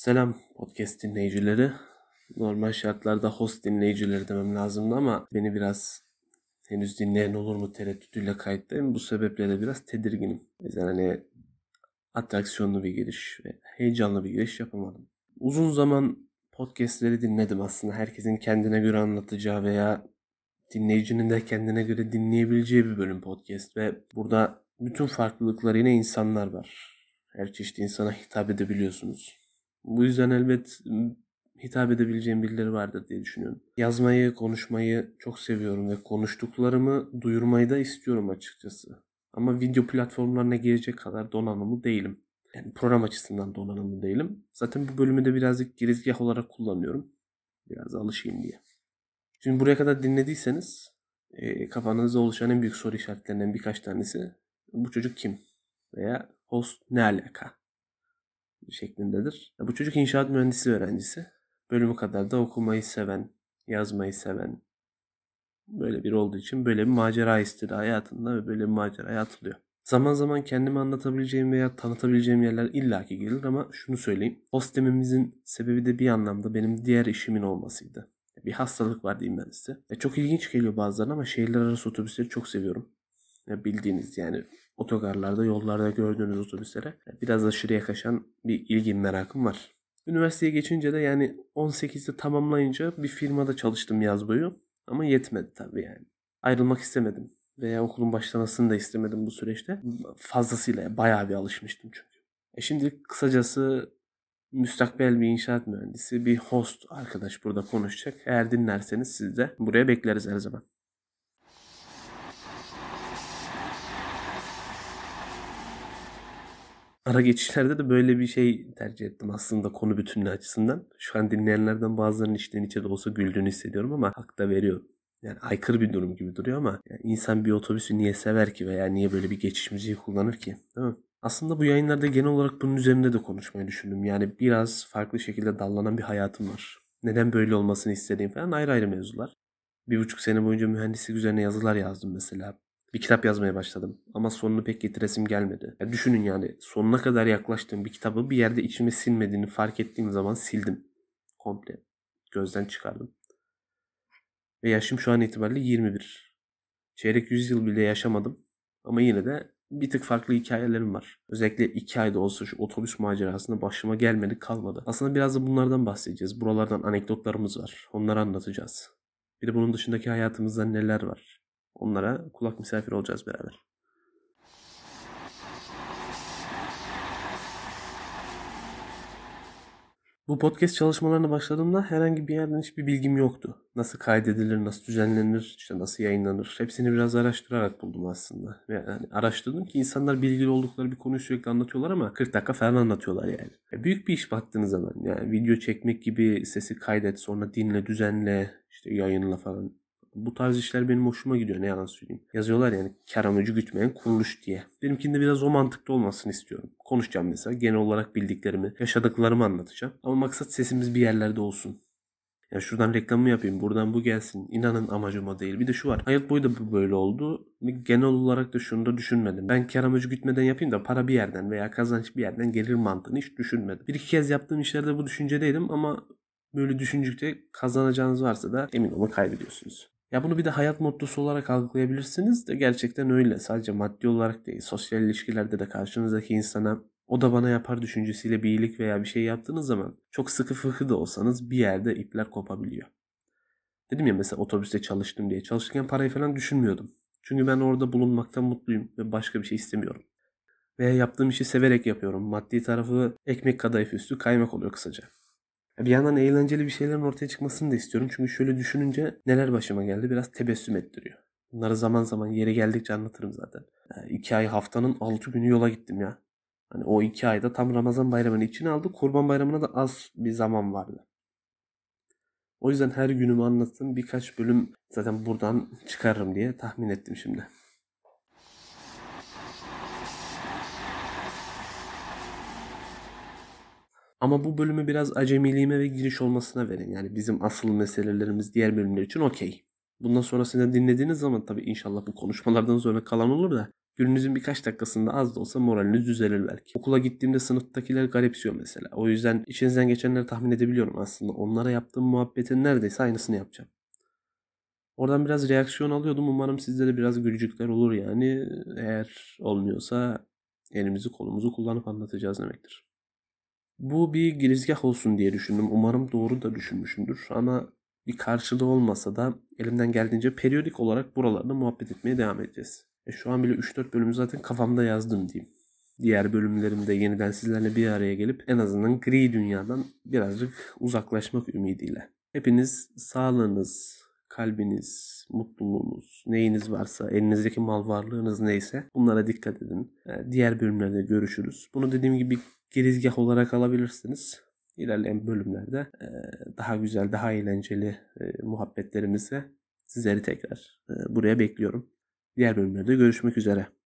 Selam podcast dinleyicileri. Normal şartlarda host dinleyicileri demem lazımdı ama beni biraz henüz dinleyen olur mu tereddütüyle kayıttayım. Bu sebeple de biraz tedirginim. O yüzden atraksiyonlu bir giriş ve heyecanlı bir giriş yapamadım. Uzun zaman podcastleri dinledim aslında. Herkesin kendine göre anlatacağı veya dinleyicinin de kendine göre dinleyebileceği bir bölüm podcast ve burada bütün farklılıklarıyla insanlar var. Her çeşit insana hitap edebiliyorsunuz. Bu yüzden elbet hitap edebileceğim birileri vardır diye düşünüyorum. Yazmayı, konuşmayı çok seviyorum ve konuştuklarımı duyurmayı da istiyorum açıkçası. Ama video platformlarına girecek kadar donanımlı değilim. Yani program açısından donanımlı değilim. Zaten bu bölümü de birazcık girizgah olarak kullanıyorum. Biraz alışayım diye. Şimdi buraya kadar dinlediyseniz kafanızda oluşan en büyük soru işaretlerinden birkaç tanesi bu çocuk kim? Veya host ne alaka? Şeklindedir. Bu çocuk inşaat mühendisi öğrencisi. Bölümü kadar da okumayı seven, yazmayı seven böyle biri olduğu için böyle bir macera istedi hayatında ve böyle bir maceraya atılıyor. Zaman zaman kendimi anlatabileceğim veya tanıtabileceğim yerler illaki gelir ama şunu söyleyeyim. Host dememizin sebebi de bir anlamda benim diğer işimin olmasıydı. Bir hastalık var diyeyim ben size. Çok ilginç geliyor bazılarına ama şehirler arası otobüsleri çok seviyorum. Bildiğiniz yani otogarlarda, yollarda gördüğünüz otobüslere biraz aşırıya kaçan bir ilgim, merakım var. Üniversiteye geçince de yani 18'de tamamlayınca bir firmada çalıştım yaz boyu. Ama yetmedi tabii yani. Ayrılmak istemedim. Veya okulun başlamasını da istemedim bu süreçte. Fazlasıyla bayağı bir alışmıştım çünkü. Şimdi kısacası müstakbel bir inşaat mühendisi, bir host arkadaş burada konuşacak. Eğer dinlerseniz siz de buraya bekleriz her zaman. Ara geçişlerde de böyle bir şey tercih ettim aslında konu bütünlüğü açısından. Şu an dinleyenlerden bazılarının içten içe de olsa güldüğünü hissediyorum ama hak da veriyorum. Yani aykırı bir durum gibi duruyor ama yani insan bir otobüsü niye sever ki veya niye böyle bir geçiş müziği kullanır ki? Değil mi? Aslında bu yayınlarda genel olarak bunun üzerinde de konuşmayı düşündüm. Yani biraz farklı şekilde dallanan bir hayatım var. Neden böyle olmasını istediğim falan ayrı ayrı mevzular. 1,5 sene boyunca mühendislik üzerine yazılar yazdım mesela. Bir kitap yazmaya başladım ama sonunu pek getiresim gelmedi. Ya düşünün yani sonuna kadar yaklaştığım bir kitabı bir yerde içime sinmediğini fark ettiğim zaman sildim. Komple. Gözden çıkardım. Ve yaşım şu an itibariyle 21. Çeyrek yüzyıl bile yaşamadım. Ama yine de bir tık farklı hikayelerim var. Özellikle 2 ayda olsa şu otobüs macerasında başıma gelmedi kalmadı. Aslında biraz da bunlardan bahsedeceğiz. Buralardan anekdotlarımız var. Onları anlatacağız. Bir de bunun dışındaki hayatımızda neler var? Onlara kulak misafir olacağız beraber. Bu podcast çalışmalarına başladığımda herhangi bir yerden hiçbir bilgim yoktu. Nasıl kaydedilir, nasıl düzenlenir, işte nasıl yayınlanır. Hepsini biraz araştırarak buldum aslında. Yani araştırdım ki insanlar bilgili oldukları bir konuyu sürekli anlatıyorlar ama 40 dakika falan anlatıyorlar yani. Büyük bir iş baktığınız zaman. Yani video çekmek gibi sesi kaydet, sonra dinle, düzenle, işte yayınla falan. Bu tarz işler benim hoşuma gidiyor ne yalan söyleyeyim. Yazıyorlar yani kar amacı gütmeyen kuruluş diye. Benimkinde biraz o mantıklı olmasını istiyorum. Konuşacağım mesela genel olarak bildiklerimi, yaşadıklarımı anlatacağım. Ama maksat sesimiz bir yerlerde olsun. Ya şuradan reklamımı yapayım, buradan bu gelsin. İnanın amacım o değil. Bir de şu var. Hayat boyu da bu böyle oldu. Genel olarak da şunu da düşünmedim. Ben kar amacı gütmeden yapayım da para bir yerden veya kazanç bir yerden gelir mantığını hiç düşünmedim. Bir iki kez yaptığım işlerde bu düşüncedeydim ama böyle düşündükçe kazanacağınız varsa da emin olun kaybediyorsunuz. Ya bunu bir de hayat mottosu olarak algılayabilirsiniz de gerçekten öyle. Sadece maddi olarak değil, sosyal ilişkilerde de karşınızdaki insana o da bana yapar düşüncesiyle bir iyilik veya bir şey yaptığınız zaman çok sıkı fıkı da olsanız bir yerde ipler kopabiliyor. Dedim ya mesela otobüste çalıştım diye. Çalışırken parayı falan düşünmüyordum. Çünkü ben orada bulunmaktan mutluyum ve başka bir şey istemiyorum. Veya yaptığım işi severek yapıyorum. Maddi tarafı ekmek kadayıf üstü kaymak oluyor kısaca. Bir yandan eğlenceli bir şeylerin ortaya çıkmasını da istiyorum. Çünkü şöyle düşününce neler başıma geldi biraz tebessüm ettiriyor. Bunları zaman zaman yeri geldikçe anlatırım zaten. 2 ay haftanın 6 günü yola gittim ya. Hani o 2 ayda tam Ramazan bayramını içine aldı. Kurban bayramına da az bir zaman vardı. O yüzden her günümü anlattığım birkaç bölüm zaten buradan çıkarırım diye tahmin ettim şimdi. Ama bu bölümü biraz acemiliğime ve giriş olmasına verin. Yani bizim asıl meselelerimiz diğer bölümler için okey. Bundan sonrasında dinlediğiniz zaman tabii inşallah bu konuşmalardan sonra kalan olur da Gününüzün birkaç dakikasında az da olsa moraliniz düzelir belki. Okula gittiğimde sınıftakiler garipsiyor mesela. O yüzden içinizden geçenleri tahmin edebiliyorum aslında. Onlara yaptığım muhabbetin neredeyse aynısını yapacağım. Oradan biraz reaksiyon alıyordum. Umarım sizde de biraz gülücükler olur yani. Eğer olmuyorsa elimizi kolumuzu kullanıp anlatacağız demektir. Bu bir girizgah olsun diye düşündüm. Umarım doğru da düşünmüşümdür. Ama bir karşılığı olmasa da elimden geldiğince periyodik olarak buralarda muhabbet etmeye devam edeceğiz. Şu an bile 3-4 bölümü zaten kafamda yazdım diyeyim. Diğer bölümlerimde yeniden sizlerle bir araya gelip en azından gri dünyadan birazcık uzaklaşmak ümidiyle. Hepiniz sağlığınız, kalbiniz, mutluluğunuz, neyiniz varsa, elinizdeki mal varlığınız neyse bunlara dikkat edin. Diğer bölümlerde görüşürüz. Bunu dediğim gibi girizgah olarak alabilirsiniz. İlerleyen bölümlerde daha güzel, daha eğlenceli muhabbetlerimizle sizleri tekrar buraya bekliyorum. Diğer bölümlerde görüşmek üzere.